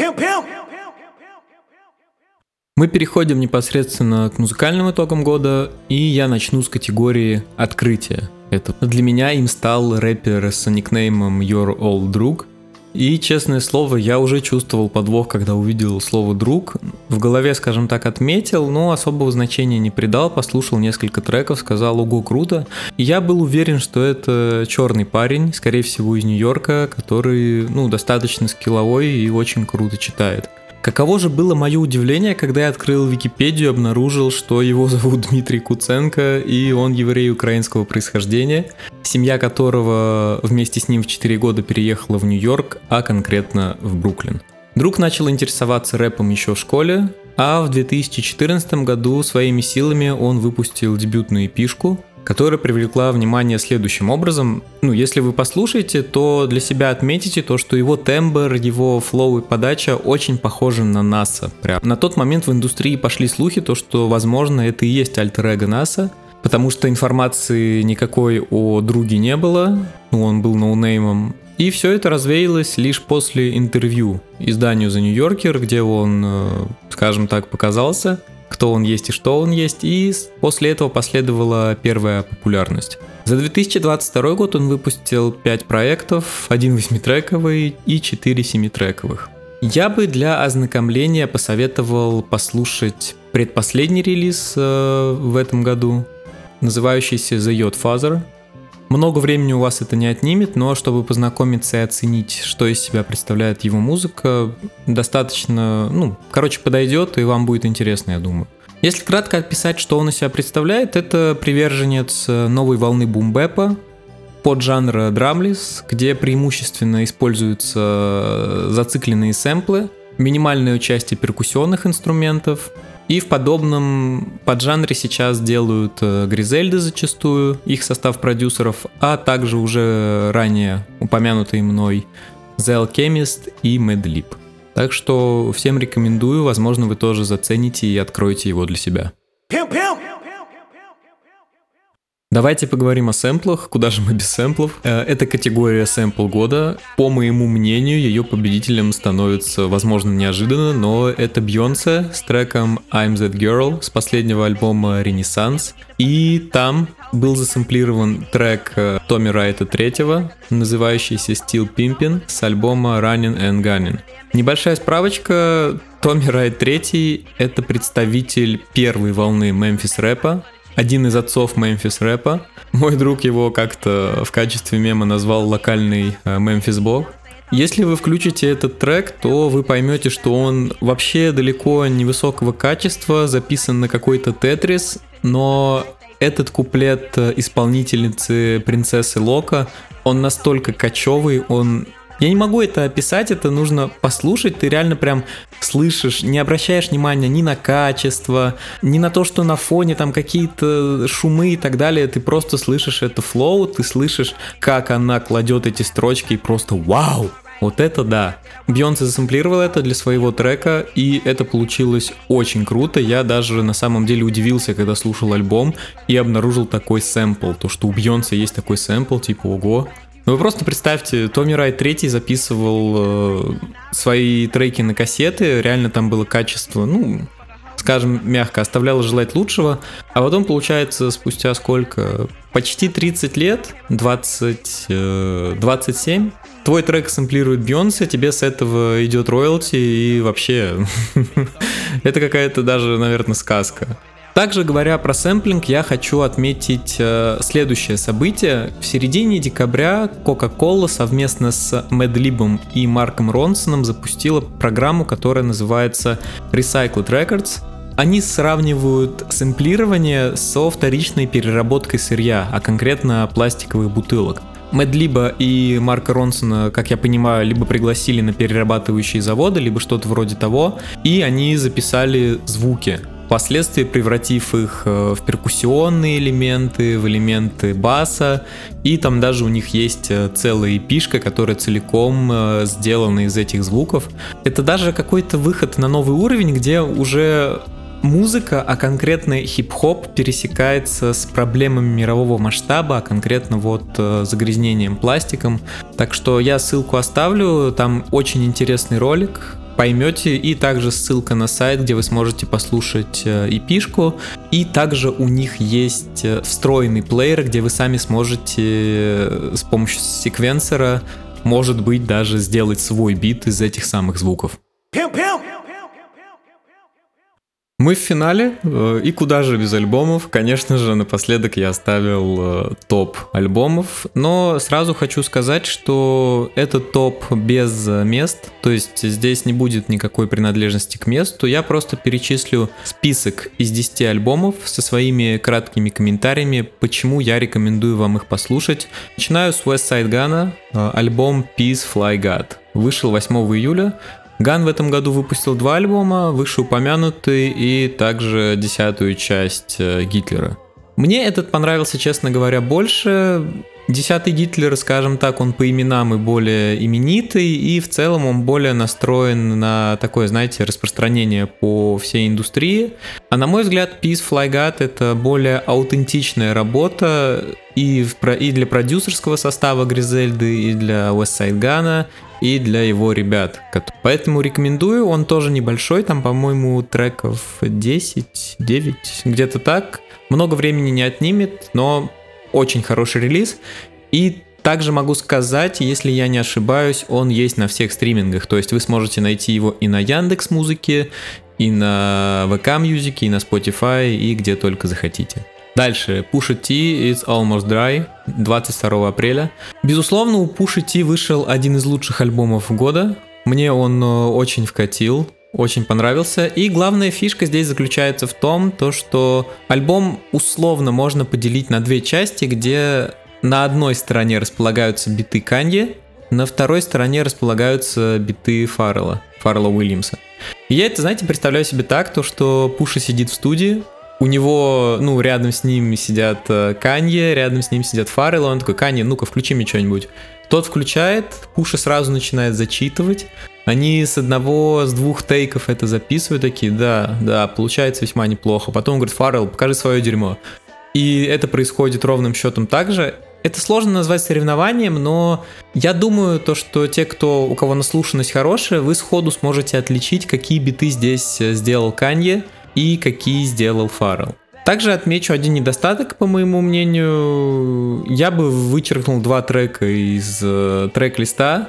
Мы переходим непосредственно к музыкальным итогам года, и я начну с категории открытия. Для меня им стал рэпер с никнеймом Your Old Drug. И, честное слово, я уже чувствовал подвох, когда увидел слово «друг». В голове, скажем так, отметил, но особого значения не придал, послушал несколько треков, сказал «Ого, круто». И я был уверен, что это черный парень, скорее всего, из Нью-Йорка, который, достаточно скилловой и очень круто читает. Каково же было мое удивление, когда я открыл Википедию и обнаружил, что его зовут Дмитрий Куценко, и он еврей украинского происхождения, семья которого вместе с ним в 4 года переехала в Нью-Йорк, а конкретно в Бруклин. Друг начал интересоваться рэпом еще в школе, а в 2014 году своими силами он выпустил дебютную эпишку, которая привлекла внимание следующим образом. Если вы послушаете, то для себя отметите то, что его тембр, его флоу и подача очень похожи на Наса. На тот момент в индустрии пошли слухи, то, что, возможно, это и есть альтер-эго Наса, потому что информации никакой о друге не было, он был ноунеймом. И все это развеялось лишь после интервью изданию The New Yorker, где он, скажем так, показался, кто он есть и что он есть, и после этого последовала первая популярность. За 2022 год он выпустил 5 проектов, 1 8-трековый и 4 7-трековых. Я бы для ознакомления посоветовал послушать предпоследний релиз в этом году, называющийся The Yacht Father. Много времени у вас это не отнимет, но чтобы познакомиться и оценить, что из себя представляет его музыка, достаточно, подойдет, и вам будет интересно, я думаю. Если кратко описать, что он из себя представляет, это приверженец новой волны бум-бэпа, поджанра драмлис, где преимущественно используются зацикленные сэмплы, минимальное участие перкуссионных инструментов. И в подобном поджанре сейчас делают Гризельды зачастую, их состав продюсеров, а также уже ранее упомянутый мной The Alchemist и Madlib. Так что всем рекомендую, возможно, вы тоже зацените и откроете его для себя. Давайте поговорим о сэмплах, куда же мы без сэмплов. Это категория сэмпл года. По моему мнению, ее победителем становится, возможно, неожиданно, но это Бейонсе с треком I'm That Girl с последнего альбома Renaissance. И там был засэмплирован трек Томми Райта III, называющийся Still Pimpin' с альбома Running and Gunning. Небольшая справочка. Томми Райт III — это представитель первой волны Мемфис-рэпа, один из отцов Мемфис-рэпа. Мой друг его как-то в качестве мема назвал локальный Мемфис-бог. Если вы включите этот трек, то вы поймете, что он вообще далеко невысокого качества, записан на какой-то тетрис, но этот куплет исполнительницы принцессы Лока, он настолько кочевый, Я не могу это описать, это нужно послушать, ты реально прям слышишь, не обращаешь внимания ни на качество, ни на то, что на фоне там какие-то шумы и так далее, ты просто слышишь это флоу, ты слышишь, как она кладет эти строчки и просто вау! Вот это да. Бейонсе засэмплировала это для своего трека, и это получилось очень круто. Я даже на самом деле удивился, когда слушал альбом и обнаружил такой сэмпл. То, что у Бейонсе есть такой сэмпл, типа ого. Вы просто представьте, Томми Райт III записывал свои треки на кассеты, реально там было качество, скажем мягко, оставляло желать лучшего, а потом получается спустя сколько? Почти 30 лет, 27, твой трек сэмплирует Бейонсе, тебе с этого идет роялти и вообще это какая-то даже, наверное, сказка. Также, говоря про сэмплинг, я хочу отметить следующее событие. В середине декабря Coca-Cola совместно с Madlib'ом и Марком Ронсоном запустила программу, которая называется Recycled Records. Они сравнивают сэмплирование со вторичной переработкой сырья, а конкретно пластиковых бутылок. Madlib'а и Марка Ронсона, как я понимаю, либо пригласили на перерабатывающие заводы, либо что-то вроде того, и они записали звуки. впоследствии превратив их в перкуссионные элементы, в элементы баса, и там даже у них есть целая эпишка, которая целиком сделана из этих звуков. Это даже какой-то выход на новый уровень, где уже музыка, а конкретно хип-хоп пересекается с проблемами мирового масштаба, а конкретно вот загрязнением пластиком. Так что я ссылку оставлю, там очень интересный ролик, поймете, и также ссылка на сайт, где вы сможете послушать эпишку, и также у них есть встроенный плеер, где вы сами сможете с помощью секвенсора, может быть, даже сделать свой бит из этих самых звуков. Мы в финале, и куда же без альбомов? Конечно же, напоследок я оставил топ альбомов, но сразу хочу сказать, что этот топ без мест, то есть здесь не будет никакой принадлежности к месту, я просто перечислю список из 10 альбомов со своими краткими комментариями, почему я рекомендую вам их послушать. Начинаю с West Side Gun, альбом Peace Fly God, вышел 8 июля. Ган в этом году выпустил 2 альбома, вышеупомянутый и также 10-ю часть Гитлера. Мне этот понравился, честно говоря, больше. 10-й Гитлер, скажем так, он по именам и более именитый, и в целом он более настроен на такое, знаете, распространение по всей индустрии. А на мой взгляд, Peace Fly God — это более аутентичная работа и для продюсерского состава Гризельды, и для West Side Gun, и для его ребят. Поэтому рекомендую, он тоже небольшой, там, по-моему, треков 10, 9, где-то так. Много времени не отнимет, но очень хороший релиз. И также могу сказать, если я не ошибаюсь, он есть на всех стримингах. То есть вы сможете найти его и на Яндекс.Музыке, и на ВК-мьюзике, и на Spotify, и где только захотите. Дальше, Pusha T, It's Almost Dry, 22 апреля. Безусловно, у Pusha T вышел один из лучших альбомов года. Мне он очень вкатил, очень понравился. И главная фишка здесь заключается в том, что альбом условно можно поделить на 2 части, где на одной стороне располагаются биты Канье, на второй стороне располагаются биты Фаррелла Уильямса. И я это, знаете, представляю себе так, что Пуша сидит в студии, у него, рядом с ним сидят Канье, рядом с ним сидят Фаррелл, он такой: Канье, ну-ка, включи мне что-нибудь. Тот включает, Пуша сразу начинает зачитывать, они с 2 тейков это записывают, такие: да, получается весьма неплохо. Потом он говорит: Фаррелл, покажи свое дерьмо. И это происходит ровным счетом так же. Это сложно назвать соревнованием, но я думаю, что те, у кого наслушанность хорошая, вы сходу сможете отличить, какие биты здесь сделал Канье и какие сделал Фаррелл. Также отмечу один недостаток, по моему мнению. Я бы вычеркнул 2 трека из трек-листа.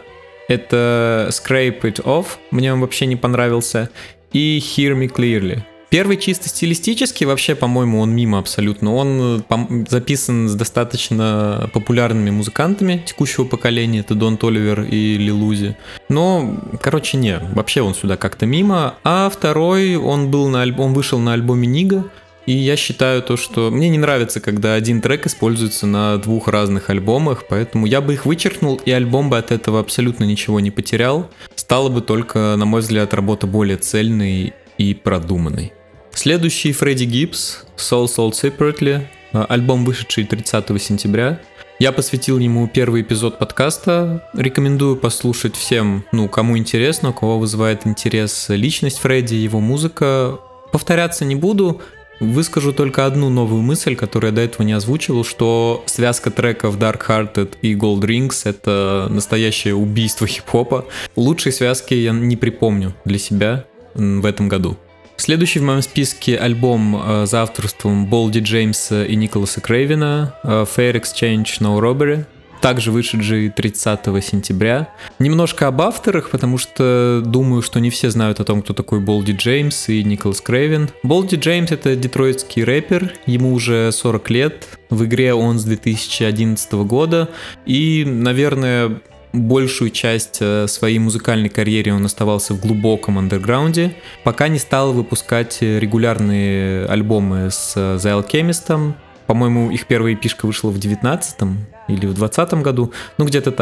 Это Scrape It Off, мне он вообще не понравился, и Hear Me Clearly. Первый чисто стилистически, вообще, по-моему, он мимо абсолютно. Он записан с достаточно популярными музыкантами текущего поколения, это Дон Толивер и Лил Узи. Но, вообще он сюда как-то мимо. А второй, он вышел на альбоме Нига. И я считаю что мне не нравится, когда один трек используется на 2 разных альбомах, поэтому я бы их вычеркнул, и альбом бы от этого абсолютно ничего не потерял. Стала бы только, на мой взгляд, работа более цельной и продуманной. Следующий Фредди Гибс, Soul Sold Separately, альбом, вышедший 30 сентября. Я посвятил ему первый эпизод подкаста. Рекомендую послушать всем, кому интересно, у кого вызывает интерес личность Фредди, его музыка. Повторяться не буду. Выскажу только одну новую мысль, которую я до этого не озвучивал, что связка треков Dark Hearted и Gold Rings — это настоящее убийство хип-хопа. Лучшей связки я не припомню для себя в этом году. Следующий в моем списке альбом за авторством Болди Джеймса и Николаса Крейвена, Fair Exchange No Robbery, также вышедший 30 сентября. Немножко об авторах, потому что думаю, что не все знают о том, кто такой Болди Джеймс и Николас Крейвен. Болди Джеймс — это детройтский рэпер, ему уже 40 лет, в игре он с 2011 года, и, наверное, большую часть своей музыкальной карьеры он оставался в глубоком андерграунде, пока не стал выпускать регулярные альбомы с The Alchemist. По-моему, их первая эпишка вышла в 19 или в 20 году, где-то так.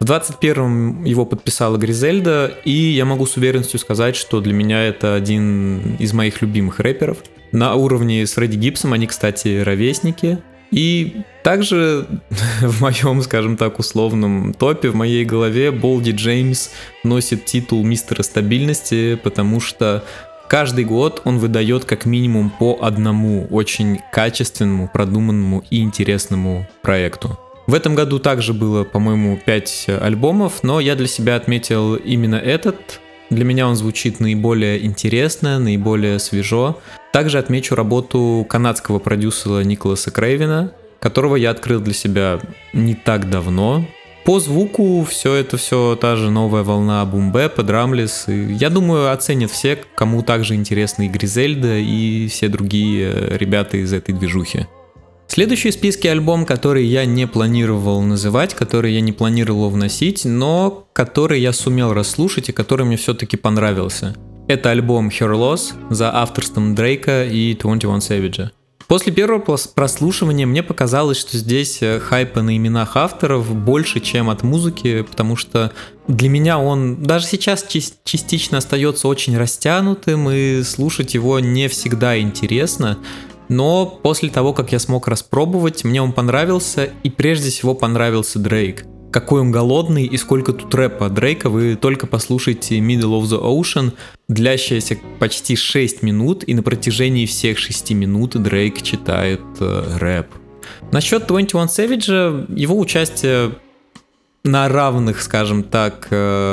В 21-м его подписала Гризельда, и я могу с уверенностью сказать, что для меня это один из моих любимых рэперов. На уровне с Фредди Гибсом, они, кстати, ровесники. И также в моем, скажем так, условном топе, в моей голове Болди Джеймс носит титул мистера стабильности, потому что каждый год он выдает как минимум по одному очень качественному, продуманному и интересному проекту. В этом году также было, по-моему, 5 альбомов, но я для себя отметил именно этот. Для меня он звучит наиболее интересно, наиболее свежо. Также отмечу работу канадского продюсера Николаса Крейвена, которого я открыл для себя не так давно. По звуку все та же новая волна бум-бэпа, драмлес. Я думаю, оценят все, кому также интересны и Гризельда, и все другие ребята из этой движухи. Следующий в списке альбом, который я не планировал называть, который я не планировал вносить, но который я сумел расслушать и который мне все-таки понравился. Это альбом Her Loss за авторством Дрейка и 21 Savage. После первого прослушивания мне показалось, что здесь хайпа на именах авторов больше, чем от музыки, потому что для меня он даже сейчас частично остается очень растянутым, и слушать его не всегда интересно. Но после того, как я смог распробовать, мне он понравился, и прежде всего понравился Дрейк. Какой он голодный и сколько тут рэпа от Дрейка, вы только послушайте Middle of the Ocean, длящаяся почти 6 минут, и на протяжении всех 6 минут Дрейк читает рэп. Насчет 21 Savage, его участие на равных, скажем так,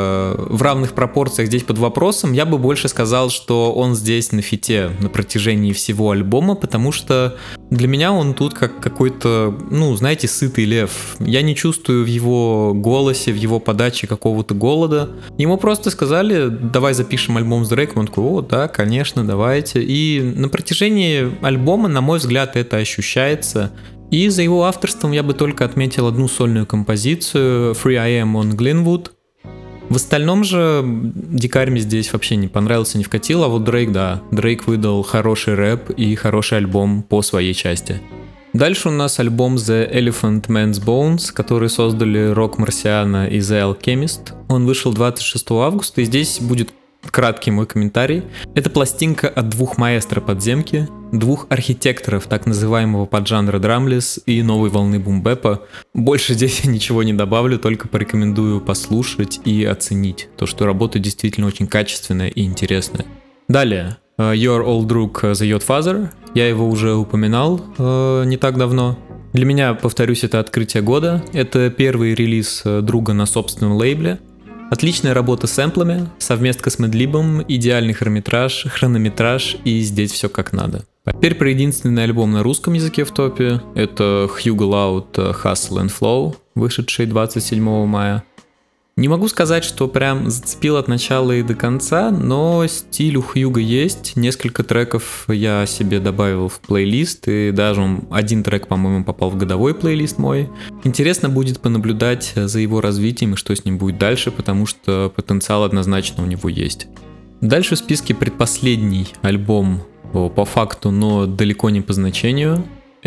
в равных пропорциях здесь под вопросом, я бы больше сказал, что он здесь на фите на протяжении всего альбома, потому что для меня он тут как какой-то, знаете, сытый лев. Я не чувствую в его голосе, в его подаче какого-то голода. Ему просто сказали, давай запишем альбом с Дрейком, он такой, о, да, конечно, давайте. И на протяжении альбома, на мой взгляд, это ощущается. И за его авторством я бы только отметил одну сольную композицию Free I Am on Glenwood. В остальном же дикарь мне здесь вообще не понравился, не вкатил, а вот Дрейк, да. Дрейк выдал хороший рэп и хороший альбом по своей части. Дальше у нас альбом The Elephant Man's Bones, который создали Рок Марсиана и The Alchemist. Он вышел 26 августа, и здесь будет краткий мой комментарий. Это пластинка от двух маэстро подземки, двух архитекторов так называемого поджанра драмлес и новой волны бумбэпа. Больше здесь я ничего не добавлю, только порекомендую послушать и оценить то, что работа действительно очень качественная и интересная. Далее, Your Old Drug The Yacht Father. Я его уже упоминал не так давно. Для меня, повторюсь, это открытие года. Это первый релиз друга на собственном лейбле. Отличная работа с сэмплами, совместка с Мэдлибом, идеальный хронометраж, и здесь все как надо. Теперь про единственный альбом на русском языке в топе. Это Hugo Loud Hustle and Flow, вышедший 27 мая. Не могу сказать, что прям зацепил от начала и до конца, но стиль у Хьюга есть. Несколько треков я себе добавил в плейлист, и даже один трек, по-моему, попал в годовой плейлист мой. Интересно будет понаблюдать за его развитием и что с ним будет дальше, потому что потенциал однозначно у него есть. Дальше в списке предпоследний альбом по факту, но далеко не по значению.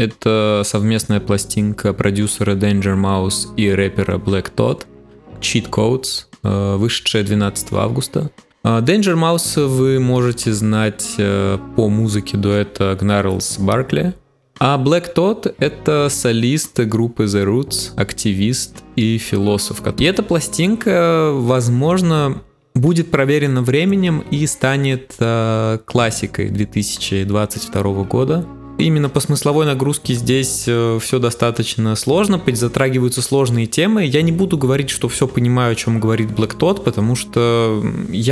Это совместная пластинка продюсера Danger Mouse и рэпера Black Thought. Cheat Codes, вышедшая 12 августа. Danger Mouse вы можете знать по музыке дуэта Gnarls Barkley, а Black Thought — это солист группы The Roots, активист и философ. И эта пластинка, возможно, будет проверена временем и станет классикой 2022 года. Именно по смысловой нагрузке здесь все достаточно сложно, затрагиваются сложные темы. Я не буду говорить, что все понимаю, о чем говорит Black Thought, потому что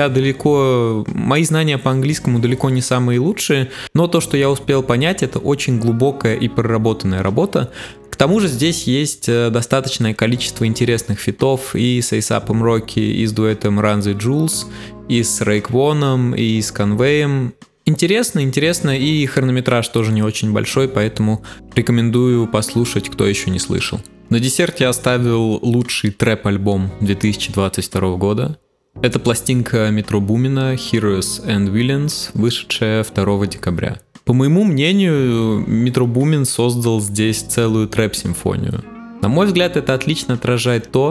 мои знания по английскому далеко не самые лучшие, но то, что я успел понять, это очень глубокая и проработанная работа. К тому же здесь есть достаточное количество интересных фитов и с A$AP Rocky, и с дуэтом Run the Jewels, и с Рейквоном, и с Конвеем. Интересно, и хронометраж тоже не очень большой, поэтому рекомендую послушать, кто еще не слышал. На десерт я оставил лучший трэп-альбом 2022 года. Это пластинка Метро Бумина Heroes and Villains, вышедшая 2 декабря. По моему мнению, Метро Бумин создал здесь целую трэп-симфонию. На мой взгляд, это отлично отражает то,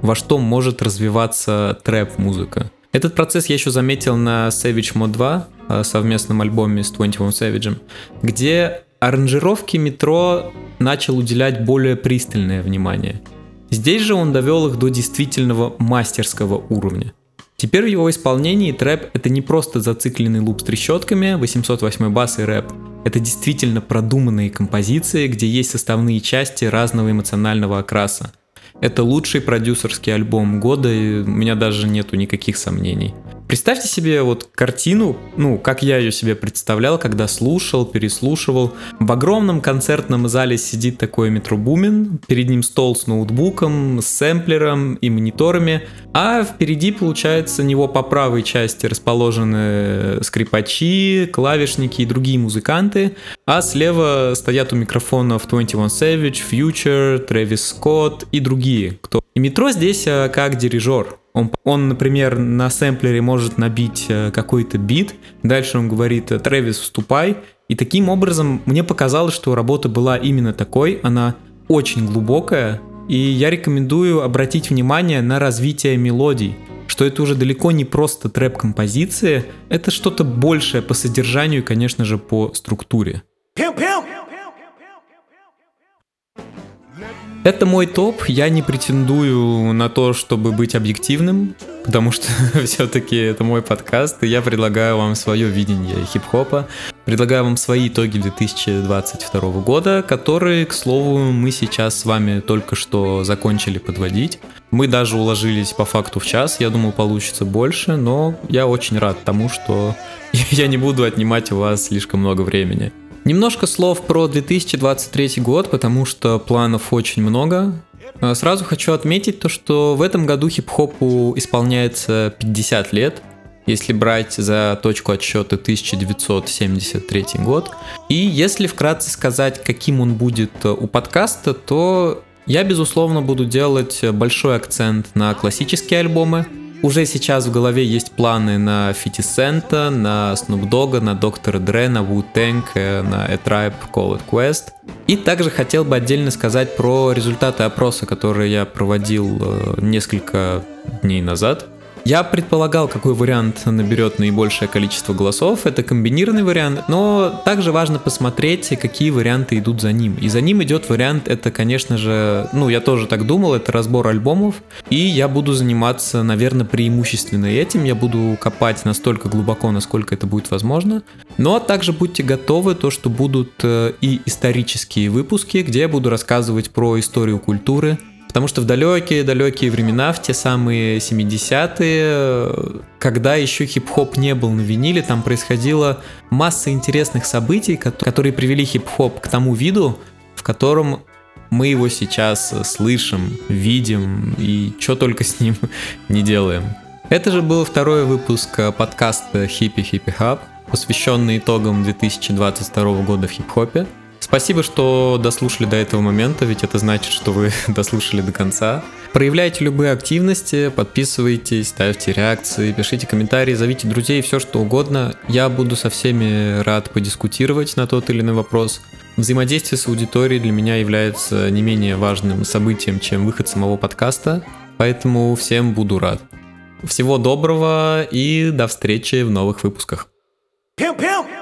во что может развиваться трэп-музыка. Этот процесс я еще заметил на Savage Mode 2, совместном альбоме с 21 Savage, где аранжировки Метро начал уделять более пристальное внимание. Здесь же он довел их до действительного мастерского уровня. Теперь в его исполнении трэп — это не просто зацикленный луп с трещотками, 808 бас и рэп. Это действительно продуманные композиции, где есть составные части разного эмоционального окраса. Это лучший продюсерский альбом года, и у меня даже нету никаких сомнений. Представьте себе вот картину, как я ее себе представлял, когда слушал, переслушивал. В огромном концертном зале сидит такой Метро Бумин, перед ним стол с ноутбуком, с сэмплером и мониторами, а впереди, получается, у него по правой части расположены скрипачи, клавишники и другие музыканты, а слева стоят у микрофонов 21 Savage, Future, Трэвис Скотт и другие. И Метро здесь как дирижер. Он, например, на сэмплере может набить какой-то бит, дальше он говорит: «Трэвис, вступай». И таким образом мне показалось, что работа была именно такой, она очень глубокая, и я рекомендую обратить внимание на развитие мелодий, что это уже далеко не просто трэп-композиции, это что-то большее по содержанию и, конечно же, по структуре. Это мой топ, я не претендую на то, чтобы быть объективным, потому что все-таки это мой подкаст, и я предлагаю вам свое видение хип-хопа, предлагаю вам свои итоги 2022 года, которые, к слову, мы сейчас с вами только что закончили подводить. Мы даже уложились по факту в час, я думал, получится больше, но я очень рад тому, что я не буду отнимать у вас слишком много времени. Немножко слов про 2023 год, потому что планов очень много. Сразу хочу отметить то, что в этом году хип-хопу исполняется 50 лет, если брать за точку отсчета 1973 год. И если вкратце сказать, каким он будет у подкаста, то я, безусловно, буду делать большой акцент на классические альбомы. Уже сейчас в голове есть планы на 50 Cent, на Snoop Dogg, на Dr. Dre, на Wu-Tang, на A Tribe Called Quest. И также хотел бы отдельно сказать про результаты опроса, которые я проводил несколько дней назад. Я предполагал, какой вариант наберет наибольшее количество голосов. Это комбинированный вариант, но также важно посмотреть, какие варианты идут за ним. И за ним идет вариант, это, конечно же, я тоже так думал, это разбор альбомов. И я буду заниматься, наверное, преимущественно этим. Я буду копать настолько глубоко, насколько это будет возможно. Но также будьте готовы, то, что будут и исторические выпуски, где я буду рассказывать про историю культуры. Потому что в далекие-далекие времена, в те самые 70-е, когда еще хип-хоп не был на виниле, там происходила масса интересных событий, которые привели хип-хоп к тому виду, в котором мы его сейчас слышим, видим и что только с ним не делаем. Это же был второй выпуск подкаста Hippie Hub, посвященный итогам 2022 года в хип-хопе. Спасибо, что дослушали до этого момента, ведь это значит, что вы дослушали до конца. Проявляйте любые активности, подписывайтесь, ставьте реакции, пишите комментарии, зовите друзей, все что угодно. Я буду со всеми рад подискутировать на тот или иной вопрос. Взаимодействие с аудиторией для меня является не менее важным событием, чем выход самого подкаста, поэтому всем буду рад. Всего доброго и до встречи в новых выпусках. Пим-пим!